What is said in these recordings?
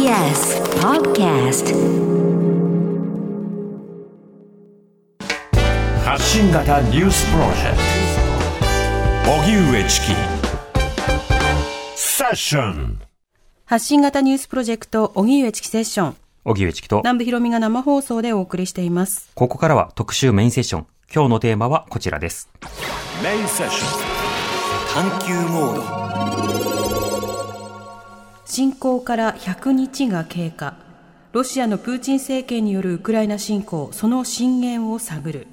TBS Podcast 発信型ニュースプロジェクト荻上チキセッション。 発信型ニュースプロジェクト荻上チキセッション、 荻上チキと南部ひろみが生放送でお送りしています。 ここからは特集メインセッション。今日のテーマはこちらです。 メインセッション探求モード。 侵攻から100日が経過。ロシアのプーチン政権によるウクライナ侵攻、その震源を探る。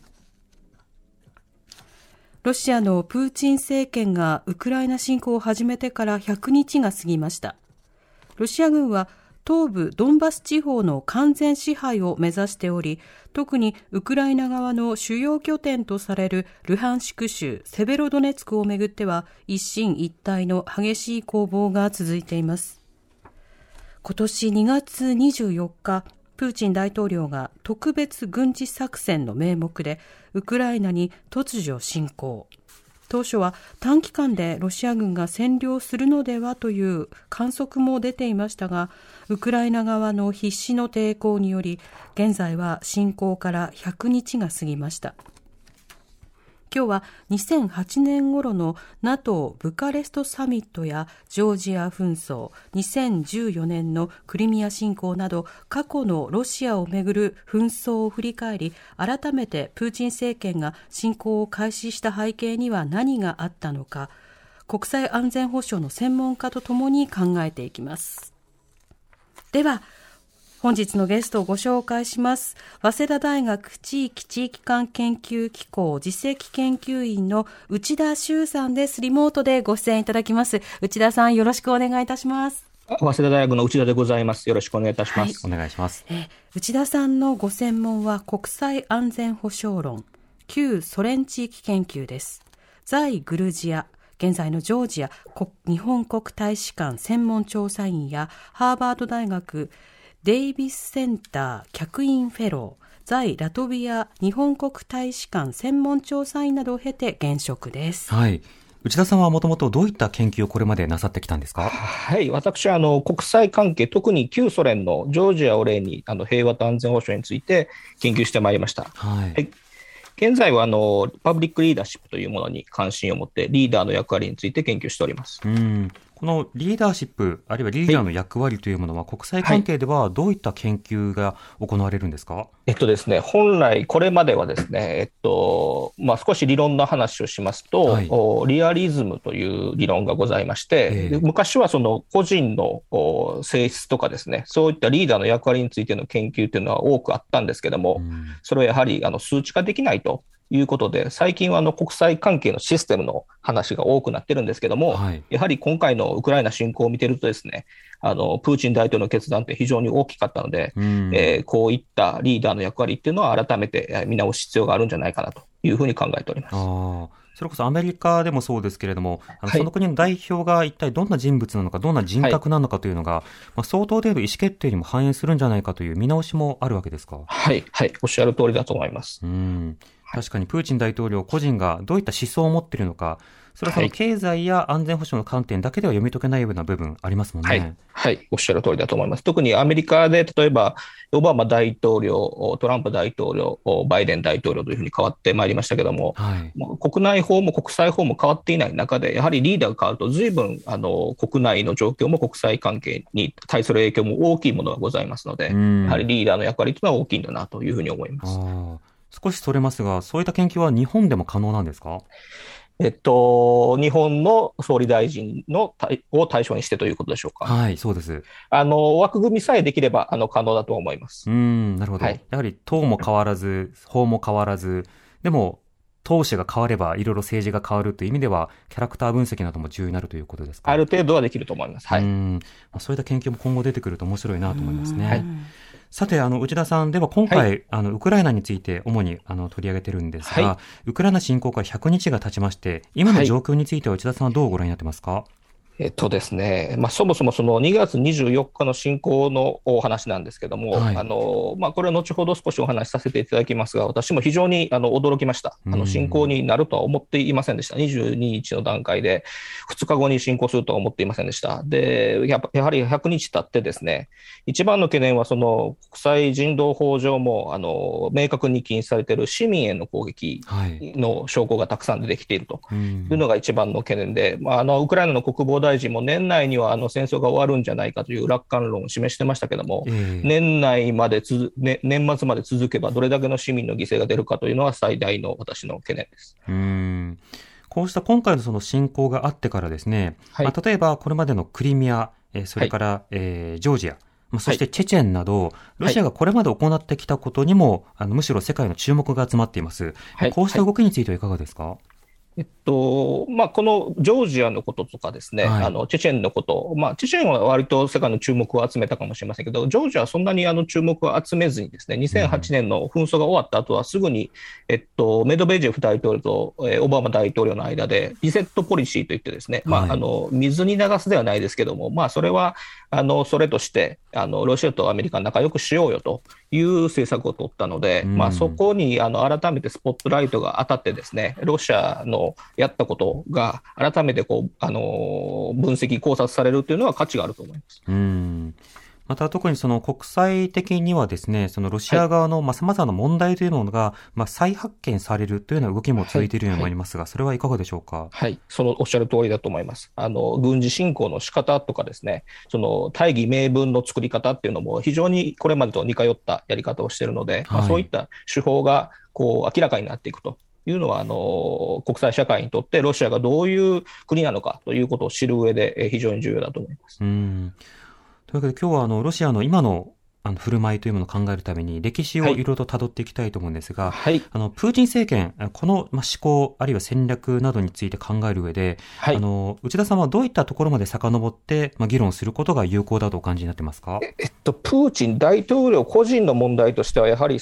ロシアのプーチン政権がウクライナ侵攻を始めてから100日が過ぎました。ロシア軍は東部ドンバス地方の完全支配を目指しており、特にウクライナ側の主要拠点とされるルハンシク州セベロドネツクをめぐっては一進一退の激しい攻防が続いています。今年2月24日、プーチン大統領が特別軍事作戦の名目でウクライナに突如侵攻。当初は短期間でロシア軍が占領するのではという観測も出ていましたが、ウクライナ側の必死の抵抗により、現在は侵攻から100日が過ぎました。今日は2008年頃の NATO ブカレストサミットやジョージア紛争、2014年のクリミア侵攻など過去のロシアをめぐる紛争を振り返り、改めてプーチン政権が侵攻を開始した背景には何があったのか、国際安全保障の専門家とともに考えていきます。では本日のゲストをご紹介します。早稲田大学地域間研究機構次席研究員の内田修さんです。リモートでご出演いただきます。内田さん、よろしくお願いいたします。 早稲田大学の内田でございます。よろしくお願いいたします。 お願いします。 内田さんのご専門は国際安全保障論、旧ソ連地域研究です。在グルジア、現在のジョージア日本国大使館専門調査員やハーバード大学デイビスセンター客員フェロー、在ラトビア日本国大使館専門調査員などを経て現職です。 はい。内田さんはもともとどういった研究をこれまでなさってきたんですか？ はい、私は国際関係、特に旧ソ連のジョージアを例に平和と安全保障について研究してまいりました。 はい。 現在はパブリックリーダーシップというものに関心を持ってリーダーの役割について研究しております。 このリーダーシップ、あるいはリーダーの役割というものは、国際関係ではどういった研究が行われるんですか？ ですね、本来これまではですね、少し理論の話をしますと、はい、リアリズムという理論がございまして、昔はその個人の性質とかですね、そういったリーダーの役割についての研究というのは多くあったんですけども、それはやはり数値化できないということで、最近は国際関係のシステムの話が多くなってるんですけども、はい、やはり今回のウクライナ侵攻を見てるとですね、プーチン大統領の決断って非常に大きかったので、こういったリーダーの役割っていうのは改めて見直す必要があるんじゃないかなというふうに考えております。 それこそアメリカでもそうですけれども、その国の代表が一体どんな人物なのか、どんな人格なのかというのが、相当程度意思決定にも反映するんじゃないかという見直しもあるわけですか？ はい、はい、おっしゃる通りだと思います。 確かにプーチン大統領個人がどういった思想を持っているのか、それはその経済や安全保障の観点だけでは読み解けないような部分ありますもんね。 はい、はい、おっしゃる通りだと思います。特にアメリカで例えばオバマ大統領、トランプ大統領、バイデン大統領というふうに変わってまいりましたけども、国内法も国際法も変わっていない中で、やはりリーダーが変わると随分国内の状況も国際関係に対する影響も大きいものがございますので、やはりリーダーの役割というのは大きいんだなというふうに思います。 少しそれますが、そういった研究は日本でも可能なんですか？ 日本の総理大臣を対象にしてということでしょうか？ はい、そうです。 枠組みさえできれば可能だと思います。 なるほど。はい、やはり党も変わらず、法も変わらず、でも党首が変わればいろいろ政治が変わるという意味では、キャラクター分析なども重要になるということですか？ ある程度はできると思います。はい。 そういった研究も今後出てくると面白いなと思いますね。はい。さて、内田さんでは今回、ウクライナについて主に取り上げてるんですが、ウクライナ侵攻から100日が経ちまして、今の状況については内田さんはどうご覧になってますか？ ですね、そもそもその2月24日の侵攻のお話なんですけども、 はい、 これは後ほど少しお話しさせていただきますが、私も非常に驚きました。侵攻になるとは思っていませんでした。22日の段階で2日後に侵攻するとは思っていませんでした。で、やはり100日経ってですね、一番の懸念はその国際人道法上も明確に禁止されている市民への攻撃の証拠がたくさん出てきているというのが一番の懸念で、ウクライナの国防大臣も年内には戦争が終わるんじゃないかという楽観論を示してましたけども、年末まで続けばどれだけの市民の犠牲が出るかというのは最大の私の懸念です。 こうした今回のその侵攻があってからですね、はい、例えばこれまでのクリミア、それから、ジョージア、そしてチェチェンなど、ロシアがこれまで行ってきたことにも、むしろ世界の注目が集まっています。こうした動きについてはいかがですか？ このジョージアのこととかですね、チェチェンのこと、チェチェンは割と世界の注目を集めたかもしれませんけど、ジョージアはそんなに注目を集めずにですね、2008年の紛争が終わった後はすぐに、メドベージェフ大統領とオバマ大統領の間でリセットポリシーといってですね、水に流すではないですけども、それはそれとしてロシアとアメリカ仲良くしようよという政策を取ったので、そこに改めてスポットライトが当たってですね、ロシアのやったことが改めて分析考察されるというのは価値があると思います。 また特にその国際的にはですね、そのロシア側の様々な問題というものが再発見されるというような動きも続いているように思いますが、それはいかがでしょうか？ はい、そのおっしゃる通りだと思います。軍事侵攻の仕方とかですね、その大義名分の作り方っていうのも非常にこれまでと似通ったやり方をしているので、そういった手法が明らかになっていくというのは国際社会にとってロシアがどういう国なのかということを知る上で非常に重要だと思います。 というわけで今日はロシアの今の振る舞いというものを考えるために歴史をいろいろと辿っていきたいと思うんですが、プーチン政権、この思考あるいは戦略などについて考える上で、内田さんはどういったところまで遡って議論することが有効だとお感じになってますか？ プーチン大統領個人の問題としてはやはり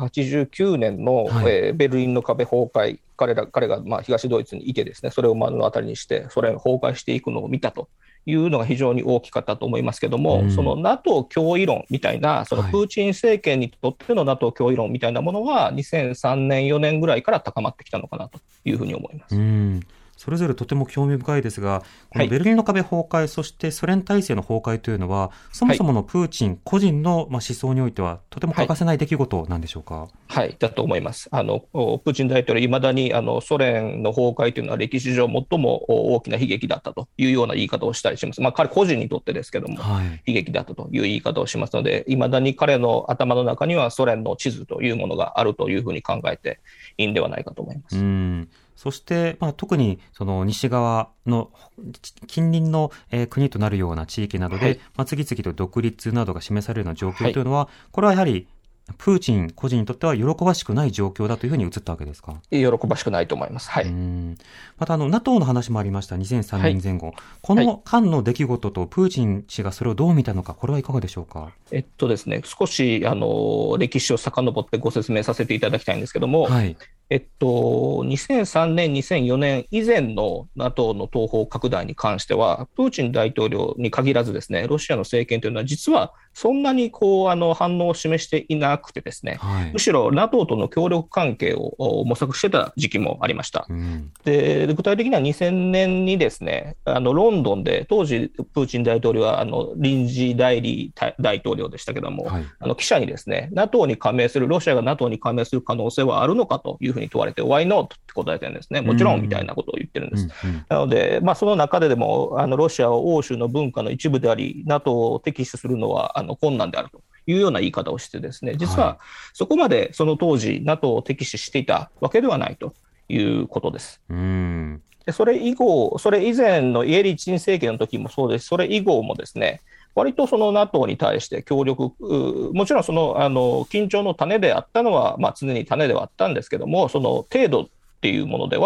1989年の、ベルリンの壁崩壊、彼が東ドイツにいてですね、それを目の当たりにしてソ連が崩壊していくのを見たというのが非常に大きかったと思いますけども、その NATO 脅威論みたいな、そのプーチン政権にとっての NATO 脅威論みたいなものは、2003年、4年ぐらいから高まってきたのかなというふうに思います。 それぞれとても興味深いですが、このベルリンの壁崩壊、そしてソ連体制の崩壊というのは、そもそものプーチン個人の思想においては、とても欠かせない出来事なんでしょうか？ だと思います。プーチン大統領、いまだにソ連の崩壊というのは歴史上最も大きな悲劇だったというような言い方をしたりします。彼個人にとってですけども、悲劇だったという言い方をしますので、いまだに彼の頭の中にはソ連の地図というものがあるというふうに考えていいんではないかと思います。 そして、特にその西側の近隣の国となるような地域などで、次々と独立などが示されるような状況というのは、これはやはりプーチン個人にとっては喜ばしくない状況だというふうに映ったわけですか？ 喜ばしくないと思います。 またNATO の話もありました。2003年前後、この間の出来事とプーチン氏がそれをどう見たのか、これはいかがでしょうか？ ですね、少し歴史を遡ってご説明させていただきたいんですけども、2003年、2004年以前の NATO の東方拡大に関しては、プーチン大統領に限らずですね、ロシアの政権というのは実はそんなに反応を示していなくてですね、むしろ NATO との協力関係を模索してた時期もありました。で、具体的には2000年にですね、ロンドンで当時プーチン大統領は臨時代理大統領でしたけども、記者にですね、NATO に加盟する、ロシアが NATO に加盟する可能性はあるのかというふうに問われて、Why not? って答えてるんですね。もちろんみたいなことを言ってるんです。なので、その中でもロシアは欧州の文化の一部であり、NATO を敵視するのは困難であるというような言い方をしてですね、実はそこまでその当時 NATO を敵視していたわけではないということです。でそれ以前のイエリチン政権の時もそうです。それ以後もですね、割とその NATO に対して協力、もちろんその緊張の種であったのは、常に種ではあったんですけども、その程度っていうものでは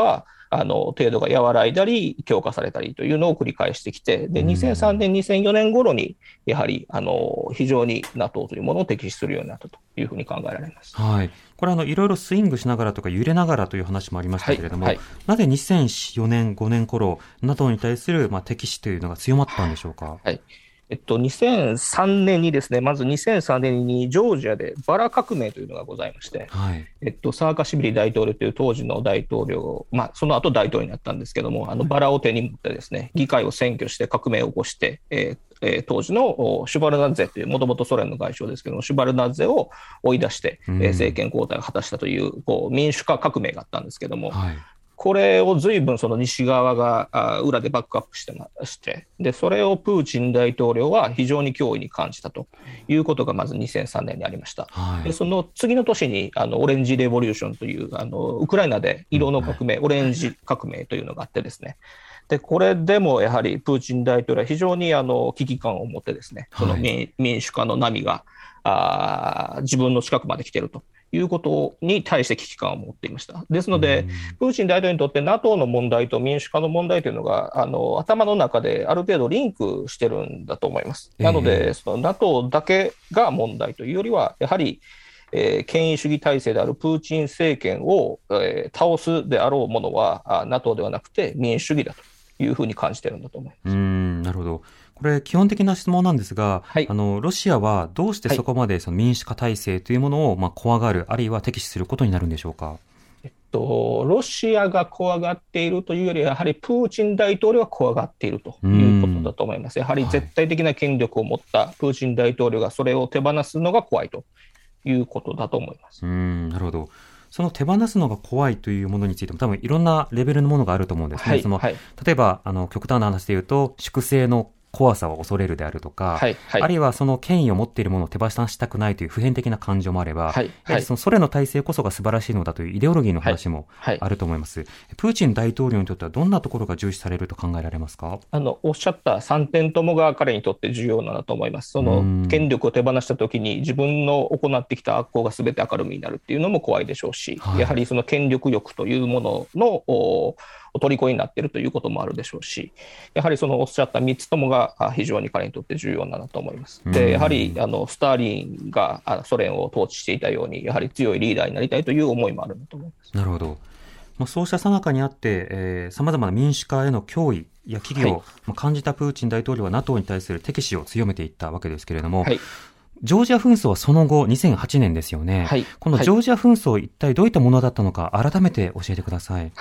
程度が和らいだり、強化されたりというのを繰り返してきて、で、2003年、2004年頃に、やはり、非常に NATO というものを敵視するようになったというふうに考えられます。 はい。これいろいろスイングしながらとか揺れながらという話もありましたけれども、なぜ2004年、5年頃、NATO に対する、敵視というのが強まったんでしょうか。 はい。2003年にですね、まず2003年にジョージアでバラ革命というのがございまして、 はい、 サーカシビリ大統領という当時の大統領、その後大統領になったんですけども、バラを手に持ってですね、議会を占拠して革命を起こして、当時のシュバルナッゼという、もともとソ連の外相ですけども、シュバルナッゼを追い出して、政権交代を果たしたという、民主化革命があったんですけども、はい、これを随分その西側が裏でバックアップしてまして、で、それをプーチン大統領は非常に脅威に感じたということがまず2003年にありました。はい、で、その次の年にオレンジレボリューションという、ウクライナで色の革命、オレンジ革命というのがあってですね、で、これでもやはりプーチン大統領は非常に危機感を持ってですね、その民主化の波が自分の近くまで来ているということに対して危機感を持っていました。ですので、プーチン大統領にとって NATO の問題と民主化の問題というのが頭の中である程度リンクしてるんだと思います。なので、その NATO だけが問題というよりは、やはり権威主義体制であるプーチン政権を倒すであろうものは NATO ではなくて民主主義だというふうに感じているんだと思います。 なるほど。これ基本的な質問なんですが、はい、ロシアはどうしてそこまでその民主化体制というものを怖がる、あるいは敵視することになるんでしょうか。 ロシアが怖がっているというよりは、やはりプーチン大統領が怖がっているということだと思います。やはり絶対的な権力を持ったプーチン大統領がそれを手放すのが怖いということだと思います。 なるほど。その手放すのが怖いというものについても多分いろんなレベルのものがあると思うんですね。はい、例えば極端な話で言うと粛清の怖さを恐れるであるとか、あるいはその権威を持っているものを手放したくないという普遍的な感情もあれば、やはりそのソ連の体制こそが素晴らしいのだというイデオロギーの話もあると思います。プーチン大統領にとってはどんなところが重視されると考えられますか？ おっしゃった3点ともが彼にとって重要なんだと思います。その権力を手放したときに自分の行ってきた悪行が全て明るみになるっていうのも怖いでしょうし、やはりその権力欲というものの虜になっているということもあるでしょうし、やはりそのおっしゃった3つともが非常に彼にとって重要なんだと思います。で、やはりスターリンがソ連を統治していたように、やはり強いリーダーになりたいという思いもあるんだと思います。 なるほど。そうした最中にあって、様々な民主化への脅威や危機を感じたプーチン大統領は NATO に対する敵視を強めていったわけですけれども、ジョージア紛争はその後2008年ですよね。このジョージア紛争、一体どういったものだったのか改めて教えてください。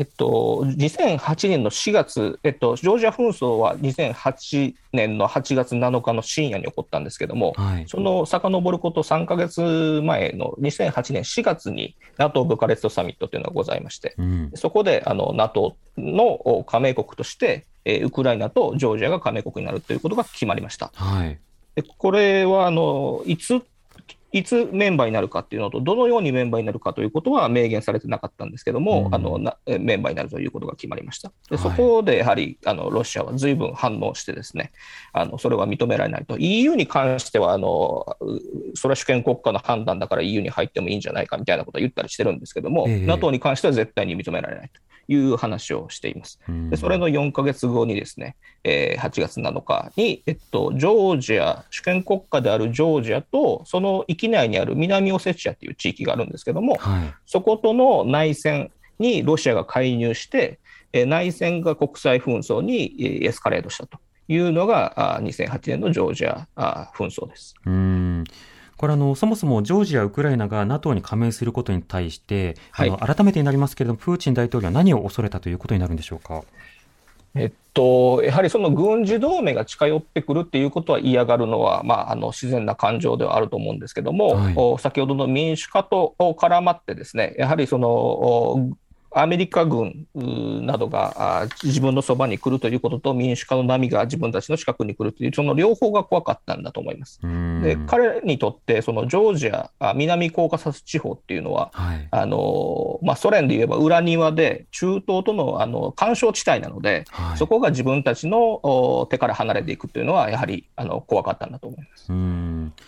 2008年の4月、ジョージア紛争は2008年の8月7日の深夜に起こったんですけども、その遡ること3ヶ月前の2008年4月に NATO ブカレストサミットというのがございまして、そこでNATO の加盟国としてウクライナとジョージアが加盟国になるということが決まりました。これはいつメンバーになるかというのと、どのようにメンバーになるかということは明言されてなかったんですけども、メンバーになるということが決まりました。で、そこでやはりロシアは随分反応してですね、それは認められないと。EU に関してはそれは主権国家の判断だから EU に入ってもいいんじゃないかみたいなことを言ったりしてるんですけども、NATO に関しては絶対に認められないという話をしています。で、それの4ヶ月後にですね、8月7日に、ジョージア、主権国家であるジョージアと、その域内にある南オセチアという地域があるんですけども、そことの内戦にロシアが介入して、内戦が国際紛争にエスカレートしたというのが2008年のジョージア紛争です。 これそもそもジョージア、ウクライナが NATO に加盟することに対して、改めてになりますけれども、プーチン大統領は何を恐れたということになるんでしょうか。 やはりその軍事同盟が近寄ってくるっていうことは嫌がるのは、自然な感情ではあると思うんですけども、先ほどの民主化と絡まってですね、やはりそのアメリカ軍などが自分のそばに来るということと、民主化の波が自分たちの近くに来るという、その両方が怖かったんだと思います。で、彼にとってそのジョージア、南コーカサス地方っていうのは、ソ連で言えば裏庭で中東との干渉地帯なので、そこが自分たちの手から離れていくというのはやはり怖かったんだと思います。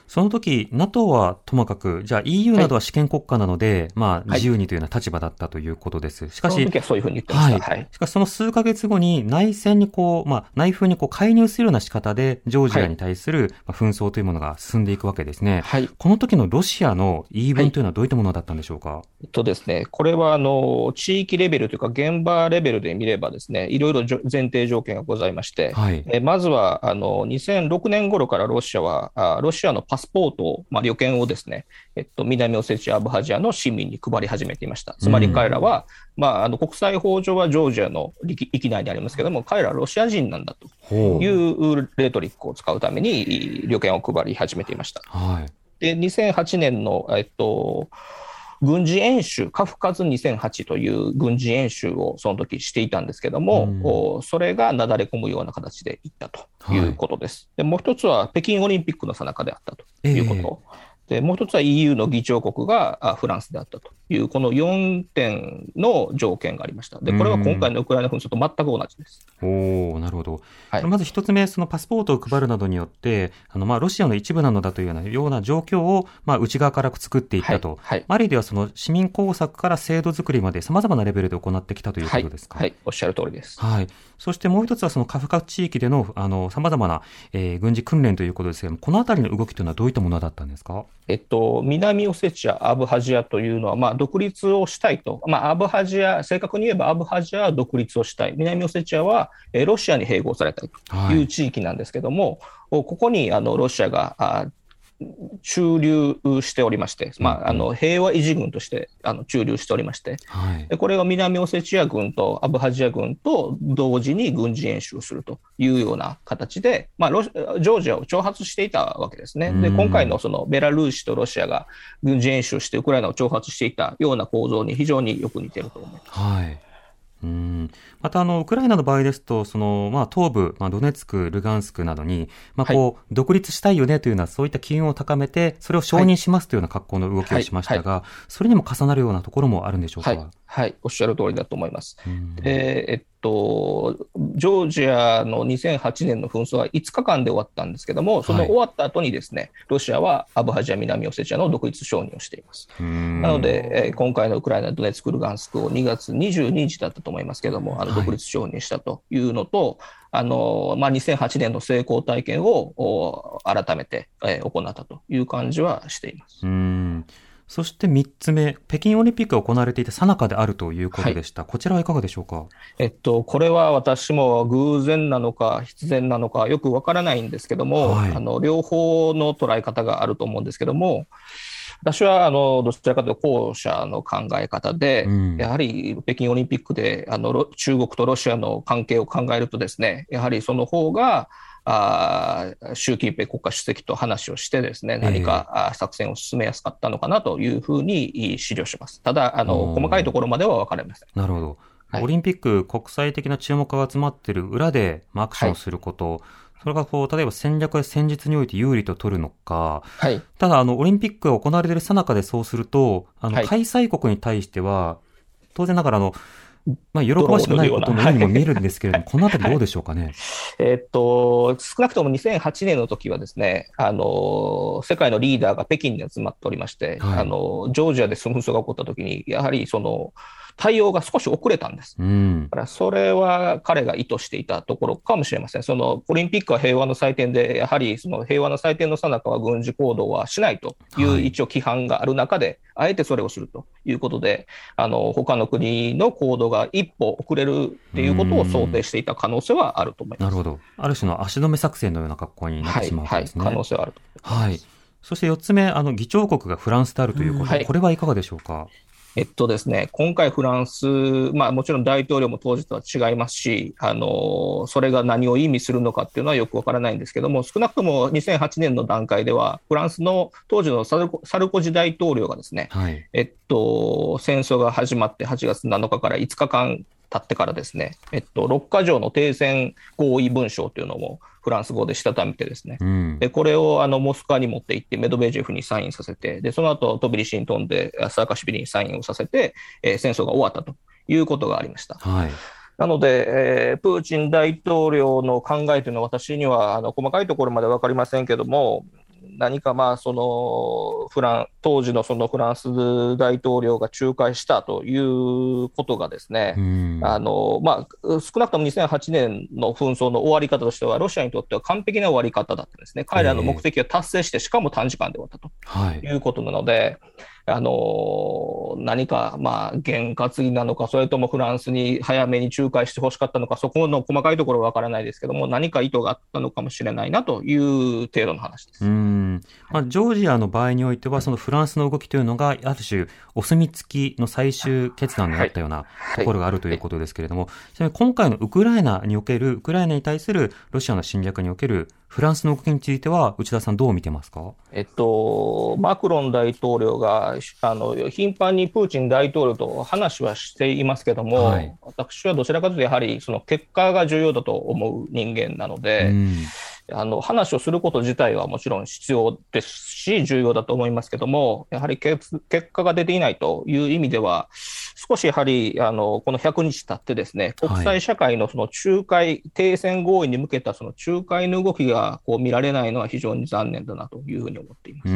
その時 NATO はともかく、じゃあ EU などは主権国家なので、まあ自由にというような立場だったということです。しかし、 その時はそういうふうに言ってました。はい。 しかしその数ヶ月後に内戦に内紛に介入するような仕方で、ジョージアに対する紛争というものが進んでいくわけですね。はい。この時のロシアの言い分というのはどういったものだったんでしょうか。 ですね、これは地域レベルというか現場レベルで見ればですね、いろいろ前提条件がございまして、はい、まずは2006年頃からロシアのパスポートを、旅券をですね、南オセチア、アブハジアの市民に配り始めていました。つまり彼らは、国際法上はジョージアの域内にありますけれども、彼らはロシア人なんだというレトリックを使うために旅券を配り始めていました。はい、で2008年の、軍事演習、カフカズ2008という軍事演習をその時していたんですけども、それがなだれ込むような形でいったということです。でもう一つは北京オリンピックの最中であったということ。でもう一つは EU の議長国がフランスであったという、この4点の条件がありました。で、これは今回のウクライナ紛争と全く同じです。 なるほど。はい、まず一つ目、そのパスポートを配るなどによって、ロシアの一部なのだというような状況を、内側から作っていったと。はいはい、ある意味ではその市民工作から制度作りまで様々なレベルで行ってきたということですか。 はい、おっしゃる通りです。 はい。そしてもう一つはそのカフカ地域での、様々な、軍事訓練ということですけれども、このあたりの動きというのはどういったものだったんですか。 南オセチア、アブハジアというのは、独立をしたいと。アブハジア、正確に言えばアブハジアは独立をしたい。南オセチアは、ロシアに併合されたいという地域なんですけども、ここにロシアが駐留しておりまして、平和維持軍として駐留しておりまして、これを南オセチア軍とアブハジア軍と同時に軍事演習をするというような形で、ジョージアを挑発していたわけですね。で、今回のそのベラルーシとロシアが軍事演習をしてウクライナを挑発していたような構造に非常によく似ていると思います。はい。 またウクライナの場合ですと、東部、ドネツク、ルガンスクなどに、独立したいよねというような、そういった機運を高めて、それを承認しますというような格好の動きをしましたが、それにも重なるようなところもあるんでしょうか。 はい、おっしゃる通りだと思います。ジョージアの2008年の紛争は5日間で終わったんですけども、その終わった後にですね、ロシアはアブハジア、南オセチアの独立承認をしています。なので、今回のウクライナ、ドネツク、ルガンスクを2月22日だったと思いますけども、独立承認したというのと、2008年の成功体験を改めて行ったという感じはしています。 そして3つ目、北京オリンピックが行われていた最中であるということでした。こちらはいかがでしょうか。 これは私も偶然なのか必然なのかよくわからないんですけども、両方の捉え方があると思うんですけども、私はどちらかというと後者の考え方で、やはり北京オリンピックで中国とロシアの関係を考えるとですね、やはりその方が習近平国家主席と話をしてですね、何か作戦を進めやすかったのかなというふうに思慮します。ただ細かいところまでは分かりません。 なるほど。オリンピック国際的な注目が集まっている裏でアクションすること、それが例えば戦略や戦術において有利と取るのか、ただオリンピックが行われている最中でそうすると開催国に対しては当然ながら喜ばしくないことのようにも見えるんですけれども、このあたりどうでしょうかね。 少なくとも2008年の時はですね、世界のリーダーが北京に集まっておりまして、ジョージアで紛争が起こった時に、やはり対応が少し遅れたんです。だからそれは彼が意図していたところかもしれません。オリンピックは平和の祭典で、やはり平和の祭典の最中は軍事行動はしないという一応規範がある中で、あえてそれをするということで、他の国の行動が一歩遅れるっていうことを想定していた可能性はあると思います。 なるほど。ある種の足止め作戦のような格好になってしまうわけですね。 可能性はあると思います。 そして4つ目、議長国がフランスであるということ、これはいかがでしょうか。 ですね、今回フランス、もちろん大統領も当時とは違いますし、それが何を意味するのかっていうのはよくわからないんですけども、少なくとも2008年の段階では、フランスの当時のサルコジ大統領がですね、戦争が始まって8月7日から5日間経ってからですね、6か条の停戦合意文書というのもフランス語でしたためてですね、でこれをモスクワに持って行ってメドベージェフにサインさせて、でその後トビリシに飛んでサーカシビリにサインをさせて、戦争が終わったということがありました。なので、プーチン大統領の考えというのは私には細かいところまで分かりませんけども、 何かその当時のそのフランス大統領が仲介したということがですね、少なくとも2008年の紛争の終わり方としては、ロシアにとっては完璧な終わり方だったんですね。彼らの目的を達成して、しかも短時間で終わったということなので、何か験担ぎなのか、それともフランスに早めに仲介してほしかったのか、そこの細かいところはわからないですけども、何か意図があったのかもしれないなという程度の話です。 ジョージアの場合においては、そのフランスの動きというのが、ある種、お墨付きの最終決断になったようなところがあるということですけれども、ちなみに今回のウクライナに対するロシアの侵略におけるフランスの動きについては、内田さんどう見てますか？ マクロン大統領が頻繁にプーチン大統領と話はしていますけども、私はどちらかというとやはりその結果が重要だと思う人間なので、話をすること自体はもちろん必要ですし重要だと思いますけども、やはり結果が出ていないという意味では、少しやはりこの100日経ってですね、国際社会のその仲介、停戦合意に向けたその仲介の動きが見られないのは非常に残念だなというふうに思っています。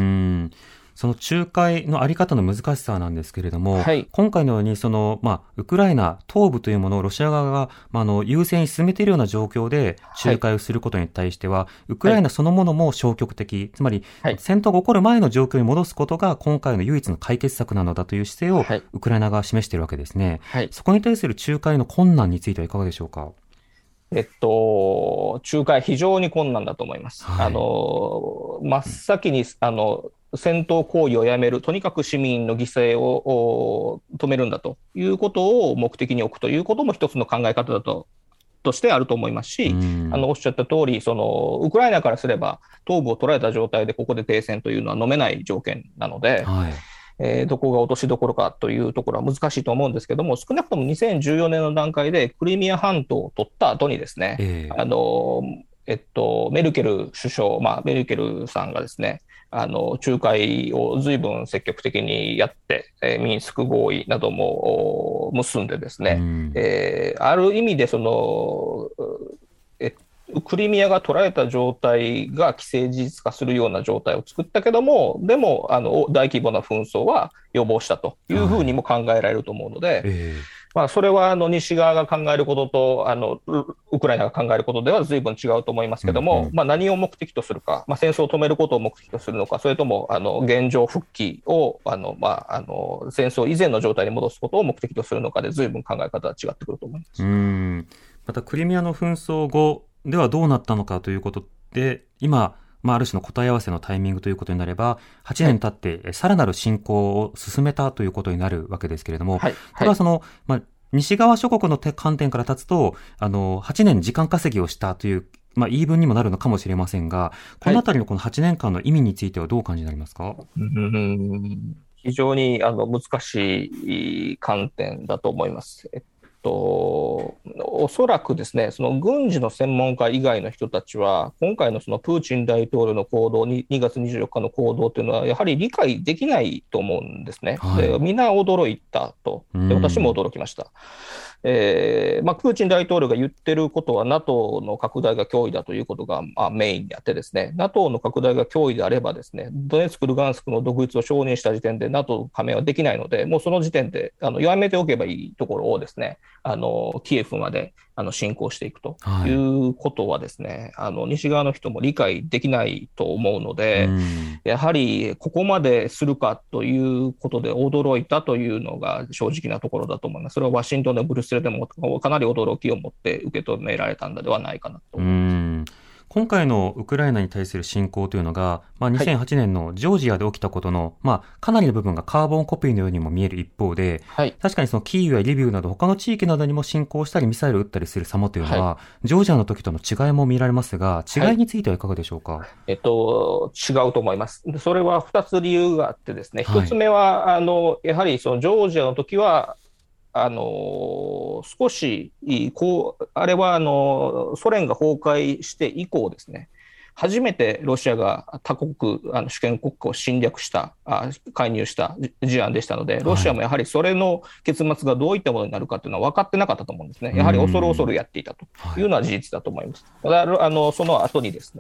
その仲介のあり方の難しさなんですけれども、今回のようにウクライナ東部というものをロシア側が、優先に進めているような状況で仲介をすることに対しては、ウクライナそのものも消極的、つまり戦闘が起こる前の状況に戻すことが今回の唯一の解決策なのだという姿勢をウクライナ側は示しているわけですね。そこに対する仲介の困難についてはいかがでしょうか？ 仲介非常に困難だと思います。真っ先に戦闘行為をやめる、とにかく市民の犠牲を止めるんだということを目的に置くということも一つの考え方だとしてあると思いますし、おっしゃった通り、ウクライナからすれば東部を取られた状態でここで停戦というのは飲めない条件なので、どこが落としどころかというところは難しいと思うんですけども、少なくとも2014年の段階でクリミア半島を取った後にですね、メルケル首相、メルケルさんがですね、仲介を随分積極的にやって、ミンスク合意なども結んでですね、ある意味でクリミアが取られた状態が既成事実化するような状態を作ったけども、でも大規模な紛争は予防したというふうにも考えられると思うので、それは西側が考えることとウクライナが考えることでは随分違うと思いますけども、何を目的とするか、戦争を止めることを目的とするのか、それとも現状復帰を戦争以前の状態に戻すことを目的とするのかで随分考え方は違ってくると思います。 またクリミアの紛争後ではどうなったのかということで、今ある種の答え合わせのタイミングということになれば、8年経ってさらなる侵攻を進めたということになるわけですけれども、これは西側諸国の観点から立つと、8年時間稼ぎをしたという、言い分にもなるのかもしれませんが、このあたりのこの8年間の意味についてはどうお感じになりますか？ 非常に難しい観点だと思います。おそらくですね、その軍事の専門家以外の人たちは、今回のそのプーチン大統領の行動、2月24日の行動というのは、やはり理解できないと思うんですね。でみんな驚いたと。で私も驚きました。プーチン大統領が言ってることは NATO の拡大が脅威だということがメインにあってですね、NATO の拡大が脅威であればですね、ドネツク、ルガンスクの独立を承認した時点で NATO 加盟はできないので、もうその時点でやめておけばいいところをですね、キエフまで侵攻していくということはですね、西側の人も理解できないと思うので、やはりここまでするかということで驚いたというのが正直なところだと思います。それはワシントンのブルッセルでもかなり驚きを持って受け止められたんではないかなと思います。 今回のウクライナに対する侵攻というのが、2008年のジョージアで起きたことの、かなりの部分がカーボンコピーのようにも見える一方で、確かにそのキーウやリビウなど他の地域などにも侵攻したりミサイルを撃ったりする様というのは、ジョージアの時との違いも見られますが、違いについてはいかがでしょうか？ 違うと思います。それは2つ理由があってですね、1つ目はやはりそのジョージアの時は少しあれはソ連が崩壊して以降ですね、初めてロシアが他国主権国家を侵略した介入した事案でしたので、ロシアもやはりそれの結末がどういったものになるかというのは分かってなかったと思うんですね。やはり恐る恐るやっていたというのは事実だと思います。その後にですね、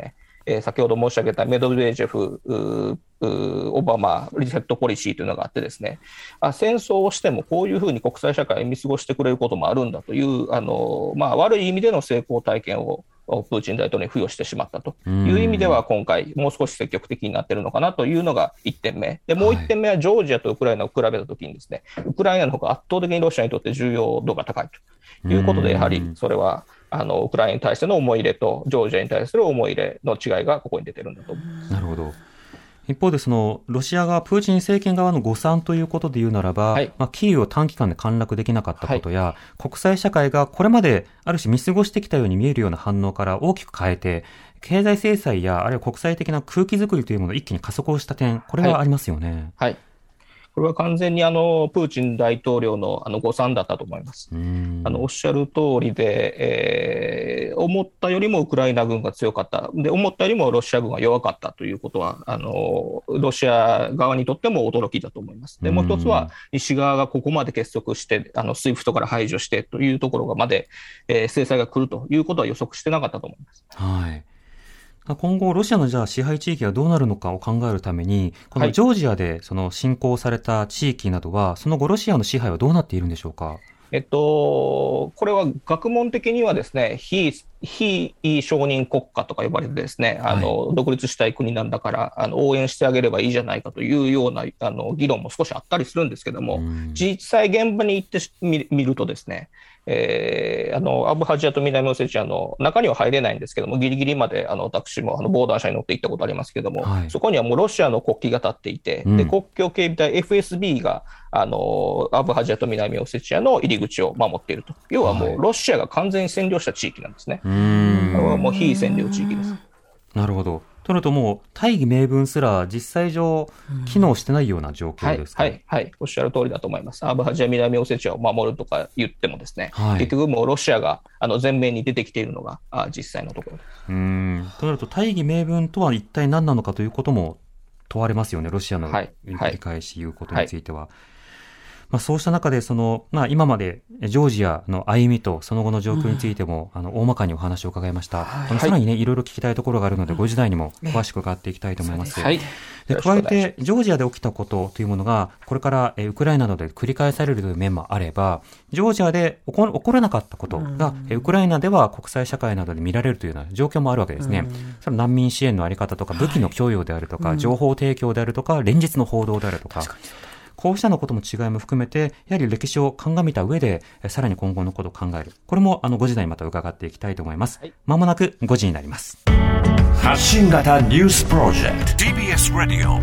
先ほど申し上げたメドベージェフ、オバマ、リセットポリシーというのがあってですね、戦争をしてもこういうふうに国際社会を見過ごしてくれることもあるんだという悪い意味での成功体験をプーチン大統領に付与してしまったという意味では、今回もう少し積極的になっているのかなというのが1点目で、もう1点目はジョージアとウクライナを比べたときにですね、ウクライナの方が圧倒的にロシアにとって重要度が高いということで、やはりそれはウクライナに対しての思い入れとジョージアに対する思い入れの違いがここに出てるんだと思います。 なるほど。一方でロシア側、プーチン政権側の誤算ということで言うならば、キーウを短期間で陥落できなかったことや、国際社会がこれまである種見過ごしてきたように見えるような反応から大きく変えて、経済制裁やあるいは国際的な空気づくりというものを一気に加速をした点、これはありますよね。 はい。これは完全にプーチン大統領の誤算だったと思います。おっしゃる通りで、思ったよりもウクライナ軍が強かった。で、思ったよりもロシア軍が弱かったということは、ロシア側にとっても驚きだと思います。で、もう一つは、西側がここまで結束して、SWIFT から排除してというところまで、制裁が来るということは予測してなかったと思います。 はい。今後、ロシアのじゃあ支配地域がどうなるのかを考えるために、このジョージアで侵攻された地域などは、その後ロシアの支配はどうなっているんでしょうか。 これは学問的にはですね、非承認国家とか呼ばれてですね、独立したい国なんだから応援してあげればいいじゃないかというような議論も少しあったりするんですけども、実際現場に行ってみるとですね、アブハジアと南オセチアの中には入れないんですけども、ギリギリまで私も防弾車に乗って行ったことありますけども、そこにはもうロシアの国旗が立っていて、で国境警備隊 FSB がアブハジアと南オセチアの入り口を守っていると。要はもうロシアが完全に占領した地域なんですね。もう非占領地域です。 なるほど。となるともう大義名分すら実際上機能してないような状況ですか。 はい、おっしゃる通りだと思います。アブハジア、南オセチアを守るとか言ってもですね、結局もうロシアが前面に出てきているのが実際のところです。 となると大義名分とは一体何なのかということも問われますよね、ロシアの繰り返し言うことについては。そうした中で今までジョージアの歩みとその後の状況についても、大まかにお話を伺いました。さらにね、いろいろ聞きたいところがあるので、5時台にも詳しく伺っていきたいと思います。で、加えて、ジョージアで起きたことというものが、これからウクライナなどで繰り返されるという面もあれば、ジョージアで起こらなかったことが、ウクライナでは国際社会などで見られるというような状況もあるわけですね。それは難民支援のあり方とか、武器の供与であるとか、情報提供であるとか、連日の報道であるとか、こうしたのことも違いも含めて、やはり歴史を鑑みた上で、さらに今後のことを考える。これも5時台にまた伺っていきたいと思います。まもなく5時になります。 発信型ニュースプロジェクト TBS ラディオ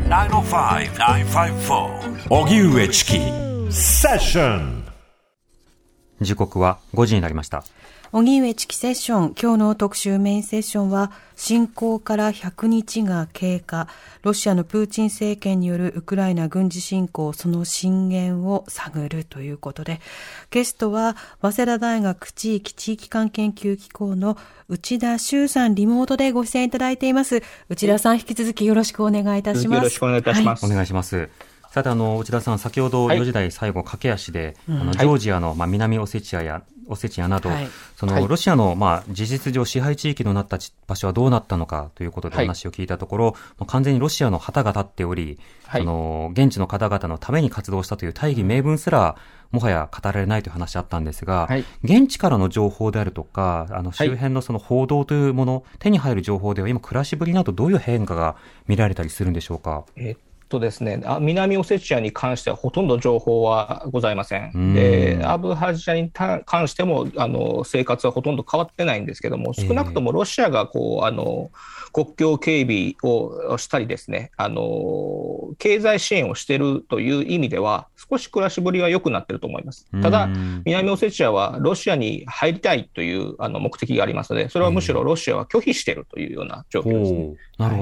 905-954荻上チキセッション。 時刻は5時になりました。 荻上チキセッション、今日の特集メインセッションは、侵攻から100日が経過、ロシアのプーチン政権によるウクライナ軍事侵攻、その震源を探るということで、ゲストは早稲田大学地域間研究機構の内田修さん、リモートでご出演いただいています。内田さん、引き続きよろしくお願いいたします。 よろしくお願いいたします。 お願いします。さて、内田さん、先ほど4時台最後駆け足で、ジョージアの、南オセチアなど、ロシアの、事実上支配地域となった場所はどうなったのかということで話を聞いたところ、完全にロシアの旗が立っており、現地の方々のために活動したという大義名分すら、もはや語られないという話あったんですが、現地からの情報であるとか、周辺のその報道というもの、手に入る情報では今暮らしぶりなどどういう変化が見られたりするんでしょうか。 ですね、南オセチアに関してはほとんど情報はございません。で、アブハジアに関しても生活はほとんど変わってないんですけども、少なくともロシアが国境警備をしたりですね、経済支援をしているという意味では少し暮らしぶりは良くなっていると思います。ただ、南オセチアはロシアに入りたいという目的がありますので、それはむしろロシアは拒否しているというような状況ですね。 なるほど。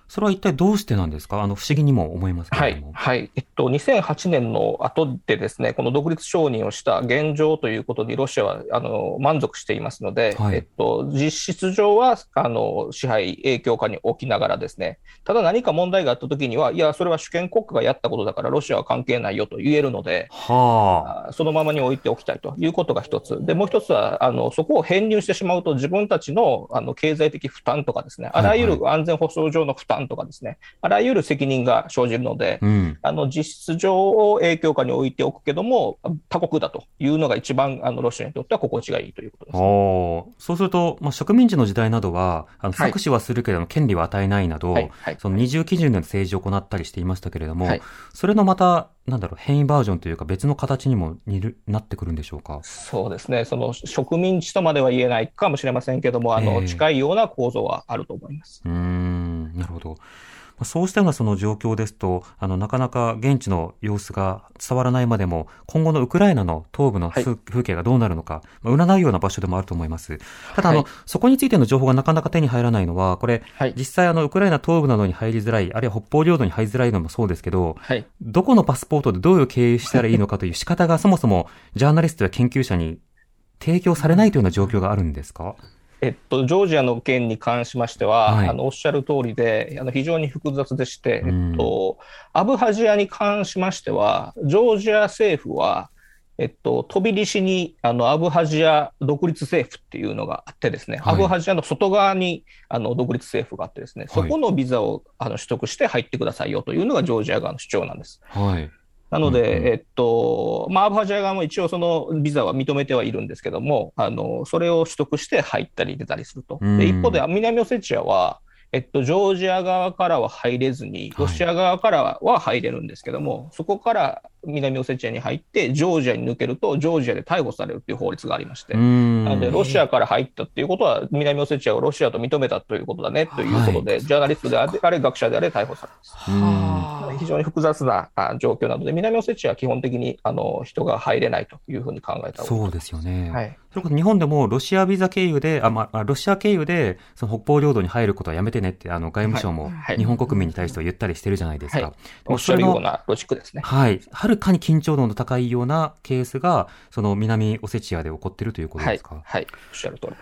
それは一体どうしてなんですか？不思議にも思いますけれども。 はい。2008年の後でですね、この独立承認をした現状ということにロシアは満足していますので、はい、実質上は支配影響下に置きながらですね、ただ何か問題があったときには、いや、それは主権国家がやったことだからロシアは関係ないよと言えるので、そのままに置いておきたいということが一つ。で、もう一つは、そこを編入してしまうと自分たちの経済的負担とかですね、あらゆる安全保障上の負担とかですね、あらゆる責任が生じるので、実質上を影響下に置いておくけども、他国だというのが一番ロシアにとっては心地がいいということです、ね。 そうすると、植民地の時代などは、搾取はするけれども、権利は与えないなど、その二重基準での政治を行ったりしていましたけれども、それのまた、変異バージョンというか別の形にもなってくるんでしょうか？ そうですね。その植民地とまでは言えないかもしれませんけども、近いような構造はあると思います。 なるほど。そうしたようなその状況ですと、なかなか現地の様子が伝わらないまでも、今後のウクライナの東部の風景がどうなるのか、占うような場所でもあると思います。ただ、そこについての情報がなかなか手に入らないのは、これ、実際ウクライナ東部などに入りづらい、あるいは北方領土に入りづらいのもそうですけど、どこのパスポートでどういう経由したらいいのかという仕方がそもそもジャーナリストや研究者に提供されないというような状況があるんですか？ ジョージアの件に関しましては、おっしゃる通りで、非常に複雑でして、アブハジアに関しましては、ジョージア政府は、飛び石にアブハジア独立政府っていうのがあってですね、アブハジアの外側に独立政府があってですね、そこのビザを取得して入ってくださいよというのがジョージア側の主張なんです。なので、アブハジア側も一応そのビザは認めてはいるんですけども、それを取得して入ったり出たりすると。で、一方で南オセチアは、ジョージア側からは入れずに、ロシア側からは入れるんですけども、そこから南オセチアに入って、ジョージアに抜けると、ジョージアで逮捕されるという法律がありまして、なので、ロシアから入ったっていうことは、南オセチアをロシアと認めたということだねということで、ジャーナリストであれ、学者であれ、逮捕されます。非常に複雑な状況なので、南オセチアは基本的に人が入れないというふうに考えた方がいい。 そうですよね。それこそ日本でもロシアビザ経由で、ロシア経由で、その北方領土に入ることはやめてねって、外務省も日本国民に対しては言ったりしてるじゃないですか。 おっしゃるようなロジックですね。 はるかに緊張度の高いようなケースが、その南オセチアで起こっているということですか？ おっしゃる通りです。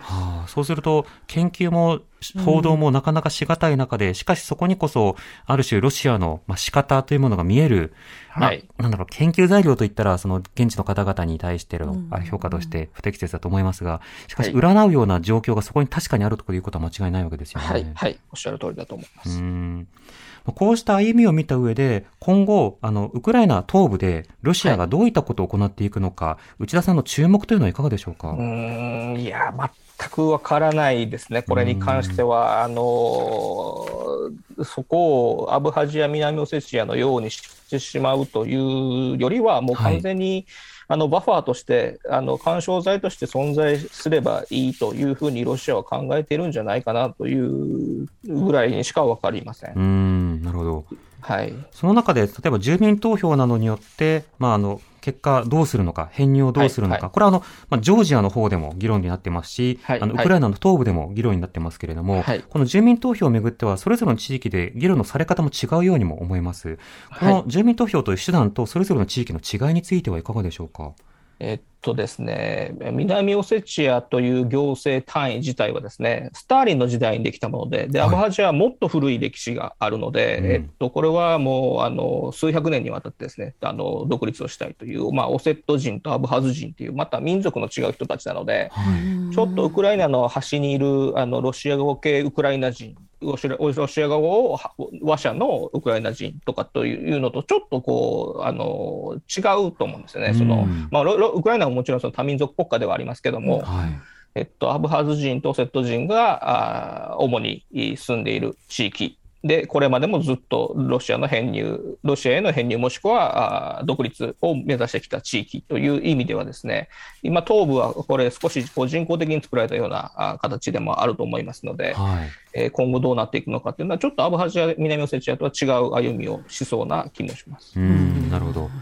そうすると、研究も報道もなかなかしがたい中で、しかしそこにこそ、ある種ロシアの仕方というものが見える、研究材料といったら、その現地の方々に対しての評価として不適切だと思いますが、しかし占うような状況がそこに確かにあるということは間違いないわけですよね。 おっしゃる通りだと思います。 こうした歩みを見た上で、今後、ウクライナ東部でロシアがどういったことを行っていくのか、内田さんの注目というのはいかがでしょうか？ いや、全くわからないですね。これに関しては、そこをアブハジア、南オセチアのようにしてしまうというよりは、もう完全に、バッファーとして、緩衝材として存在すればいいというふうにロシアは考えているんじゃないかなというぐらいにしかわかりません。 なるほど。その中で、例えば住民投票などによって、結果どうするのか、編入をどうするのか、これはジョージアの方でも議論になってますし、ウクライナの東部でも議論になってますけれども、この住民投票をめぐっては、それぞれの地域で議論のされ方も違うようにも思います。この住民投票という手段とそれぞれの地域の違いについてはいかがでしょうか？ ですね、南オセチアという行政単位自体はですね、スターリンの時代にできたもので、アブハジアはもっと古い歴史があるので、これはもう数百年にわたってですね、独立をしたいという、オセット人とアブハズ人という、また民族の違う人たちなので、ちょっとウクライナの端にいるロシア語系ウクライナ人、ロシア語を話者のウクライナ人とかというのとちょっと違うと思うんですよね。ウクライナはもちろんその多民族国家ではありますけども、アブハズ人とオセット人が主に住んでいる地域で、これまでもずっとロシアへの編入もしくは独立を目指してきた地域という意味ではですね、今東部はこれ少し人工的に作られたような形でもあると思いますので、今後どうなっていくのかというのはちょっとアブハジア、南オセチアとは違う歩みをしそうな気もします。 なるほど。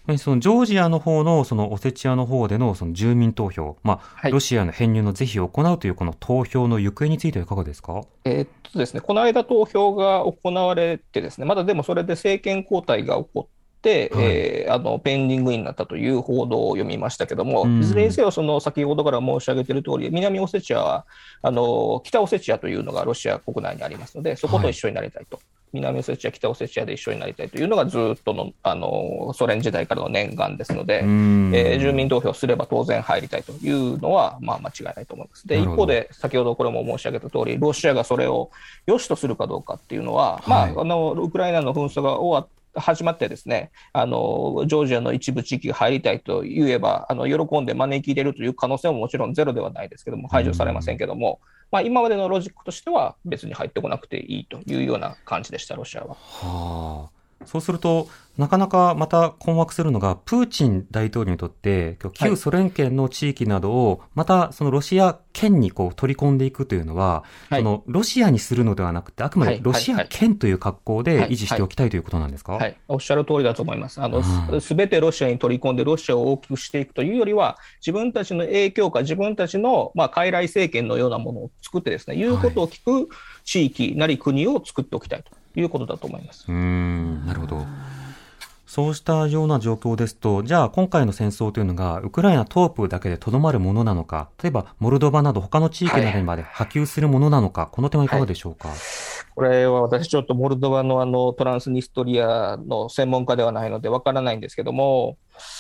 そのジョージアの方のそのオセチアの方でのその住民投票、ロシアの編入の是非を行うというこの投票の行方についてはいかがですか？ ですね、この間投票が行われてですね、まだでもそれで政権交代が起こって、ペンディングになったという報道を読みましたけども、いずれにせよ先ほどから申し上げている通り、南オセチアは北オセチアというのがロシア国内にありますので、そこと一緒になりたいと、南オセチア、北オセチアで一緒になりたいというのがずっとのソ連時代からの念願ですので、住民投票すれば当然入りたいというのは間違いないと思います。で、一方で先ほどこれも申し上げた通り、ロシアがそれを良しとするかどうかっていうのは、ウクライナの紛争が始まってですね、ジョージアの一部地域が入りたいと言えば、喜んで招き入れるという可能性ももちろんゼロではないですけども、排除されませんけども、今までのロジックとしては別に入ってこなくていいというような感じでした、ロシアは。 そうすると、なかなかまた困惑するのが、プーチン大統領にとって、旧ソ連圏の地域などを、またそのロシア圏に取り込んでいくというのは、そのロシアにするのではなくて、あくまでロシア圏という格好で維持しておきたいということなんですか？ はい、おっしゃる通りだと思います。すべてロシアに取り込んで、ロシアを大きくしていくというよりは、自分たちの影響下、自分たちの傀儡政権のようなものを作ってですね、言うことを聞く地域なり国を作っておきたいということだと思います。 なるほど。そうしたような状況ですと、じゃあ今回の戦争というのがウクライナ東部だけでとどまるものなのか、例えばモルドバなど他の地域などにまで波及するものなのか、この点はいかがでしょうか？ これは私ちょっとモルドバのトランスニストリアの専門家ではないのでわからないんですけども、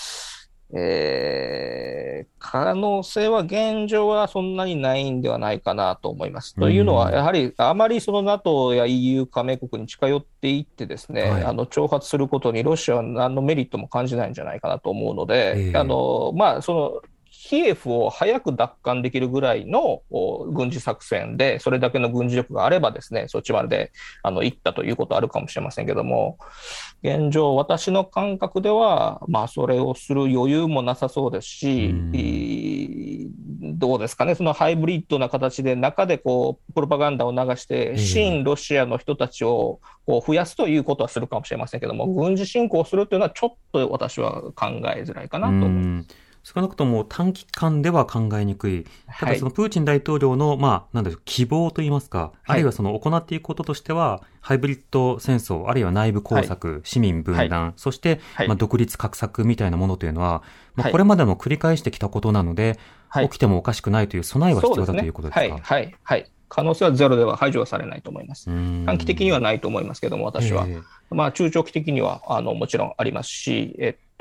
可能性は現状はそんなにないんではないかなと思います。というのは、やはりあまりNATO や EU 加盟国に近寄っていってですね、挑発することにロシアは何のメリットも感じないんじゃないかなと思うので、キエフを早く奪還できるぐらいの軍事作戦で、それだけの軍事力があればですね、そっちまで行ったということはあるかもしれませんけども、現状、私の感覚では、それをする余裕もなさそうですし、どうですかね、そのハイブリッドな形で中でプロパガンダを流して、親ロシアの人たちを増やすということはするかもしれませんけども、軍事侵攻するというのはちょっと私は考えづらいかなと思います。 少なくとも短期間では考えにくい。ただそのプーチン大統領の、希望といいますか、あるいはその行っていくこととしては、ハイブリッド戦争、あるいは内部工作、市民分断、そして、独立画策みたいなものというのは、これまでも繰り返してきたことなので、起きてもおかしくないという備えは必要だということですか？ はい。可能性はゼロでは排除はされないと思います。短期的にはないと思いますけども、私は。中長期的にはもちろんありますし、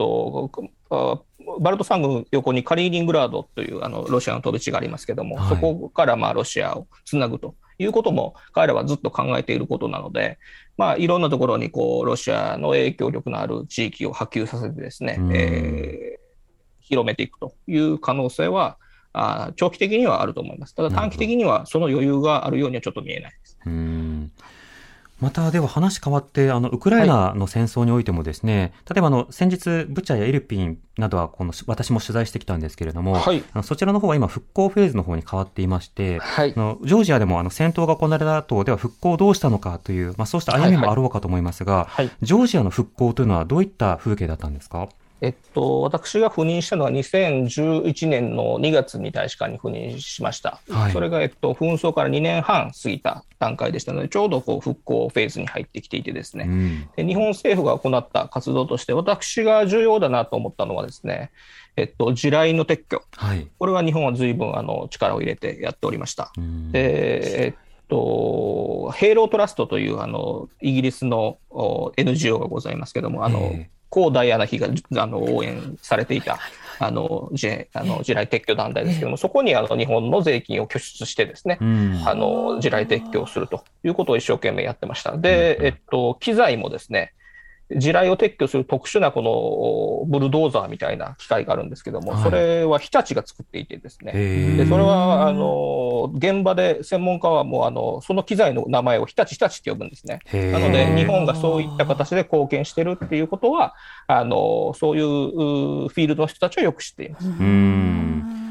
バルト三国横にカリーニングラードというロシアの飛び地がありますけども、そこからロシアをつなぐということも彼らはずっと考えていることなので、いろんなところにロシアの影響力のある地域を波及させてですね、広めていくという可能性は長期的にはあると思います。ただ短期的にはその余裕があるようにはちょっと見えないです。 またでは話変わって、ウクライナの戦争においてもですね、例えば先日ブチャやイルピンなどは私も取材してきたんですけれども、そちらの方は今復興フェーズの方に変わっていまして、ジョージアでも戦闘が行われた後では復興をどうしたのかという、そうした歩みもあろうかと思いますが、ジョージアの復興というのはどういった風景だったんですか？ 私が赴任したのは2011年の2月に大使館に赴任しました。それが、紛争から2年半過ぎた段階でしたので、ちょうど復興フェーズに入ってきていてですね、で日本政府が行った活動として、私が重要だなと思ったのはですね、地雷の撤去。これは日本は随分力を入れてやっておりました。で、ヘイロートラストというイギリスの NGO がございますけども、高ダイアナ妃が応援されていた地雷撤去団体ですけども、そこに日本の税金を拠出してですね、地雷撤去をするということを一生懸命やってました。で、機材もですね、地雷を撤去する特殊なこのブルドーザーみたいな機械があるんですけども、それは日立が作っていてですね、でそれは現場で専門家はもうその機材の名前を日立って呼ぶんですね。なので日本がそういった形で貢献してるっていうことはそういうフィールドの人たちはよく知っています。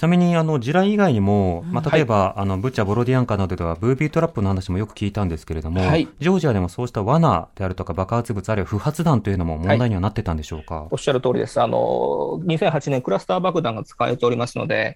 ちなみに地雷以外にも、例えば、ブチャ、ボロディアンカなどではブービートラップの話もよく聞いたんですけれども、ジョージアでもそうした罠であるとか爆発物、あるいは不発弾というのも問題にはなってたんでしょうか。 おっしゃる通りです。2008年クラスター爆弾が使われておりますので、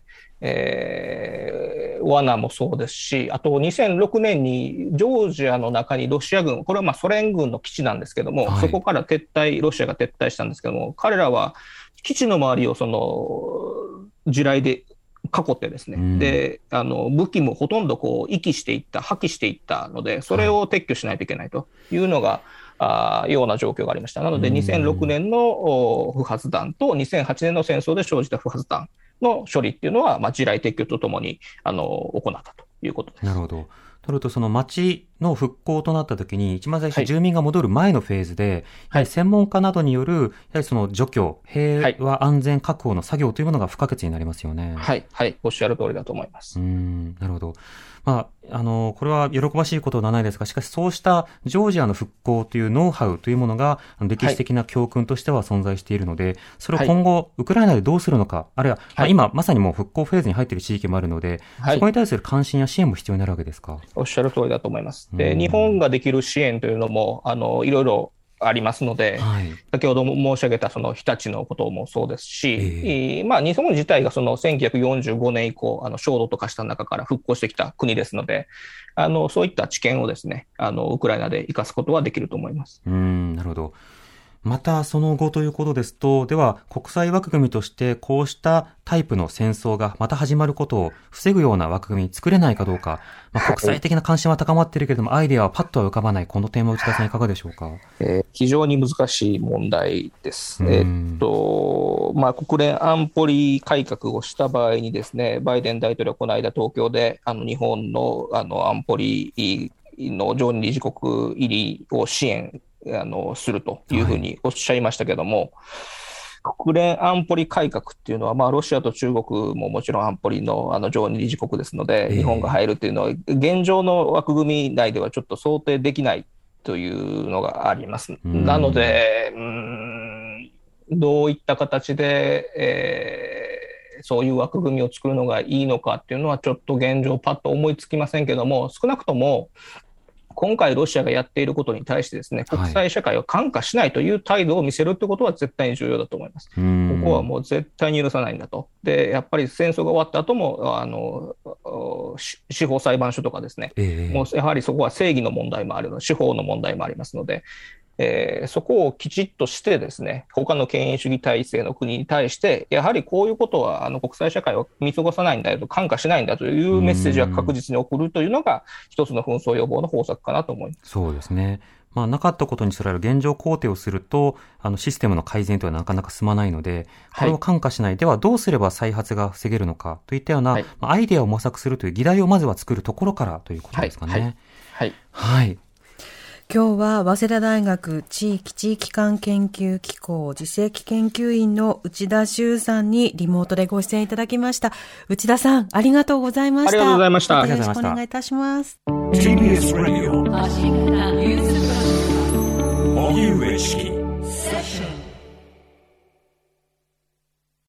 罠もそうですし、あと2006年にジョージアの中にロシア軍、これはソ連軍の基地なんですけども、そこからロシアが撤退したんですけども、彼らは基地の周りを地雷で囲ってですね、で武器もほとんど破棄していったので、それを撤去しないといけないというのが、ような状況がありました。なので2006年の不発弾と2008年の戦争で生じた不発弾の処理っていうのは、地雷撤去とともに行ったということです。 なるほど。とると、その町の復興となったときに、一番最初、住民が戻る前のフェーズで、やはり専門家などによる、やはりその除去、平和安全確保の作業というものが不可欠になりますよね。 はい、はい、おっしゃる通りだと思います。 なるほど。これは喜ばしいことではないですが、しかしそうしたジョージアの復興というノウハウというものが歴史的な教訓としては存在しているので、それを今後、ウクライナでどうするのか、あるいは、今まさにもう復興フェーズに入っている地域もあるので、そこに対する関心や支援も必要になるわけですか。 おっしゃる通りだと思います。で、日本ができる支援というのも、いろいろありますので、先ほども申し上げたその日立のこともそうですし、日本自体がその1945年以降、焦土と化した中から復興してきた国ですので、そういった知見をですね、ウクライナで生かすことはできると思います。 なるほど。またその後ということですと、では国際枠組みとしてこうしたタイプの戦争がまた始まることを防ぐような枠組み作れないかどうか、国際的な関心は高まっているけれども、アイデアはパッとは浮かばない、この点は内田さんいかがでしょうか。 非常に難しい問題です。国連安保理改革をした場合にですね、バイデン大統領はこの間東京で日本の安保理の常任理事国入りを支援するというふうにおっしゃいましたけども、国連安保理改革っていうのは、ロシアと中国ももちろん安保理の常任理事国ですので、日本が入るっていうのは、現状の枠組み内ではちょっと想定できないというのがあります。なので、どういった形で、そういう枠組みを作るのがいいのかっていうのは、ちょっと現状パッと思いつきませんけども、少なくとも、今回ロシアがやっていることに対してですね、国際社会は看過しないという態度を見せるということは絶対に重要だと思います。ここはもう絶対に許さないんだと。で、やっぱり戦争が終わった後も、司法裁判所とかですね、もうやはりそこは正義の問題もあるので、司法の問題もありますので、そこをきちっとしてですね、他の権威主義体制の国に対して、やはりこういうことは国際社会は見過ごさないんだよと、看過しないんだというメッセージは確実に送るというのが、一つの紛争予防の方策かなと思います。 そうですね。なかったことにすられる現状肯定をすると、システムの改善というのはなかなか進まないので、これを看過しない、ではどうすれば再発が防げるのかといったような、アイデアを模索するという議題をまずは作るところからということですかね。はい。 今日は早稲田大学地域間研究機構次席研究員の内田修さんにリモートでご出演いただきました。内田さん、ありがとうございました。 ありがとうございました。 よろしくお願いいたします。 TBS Radio 荻上チキ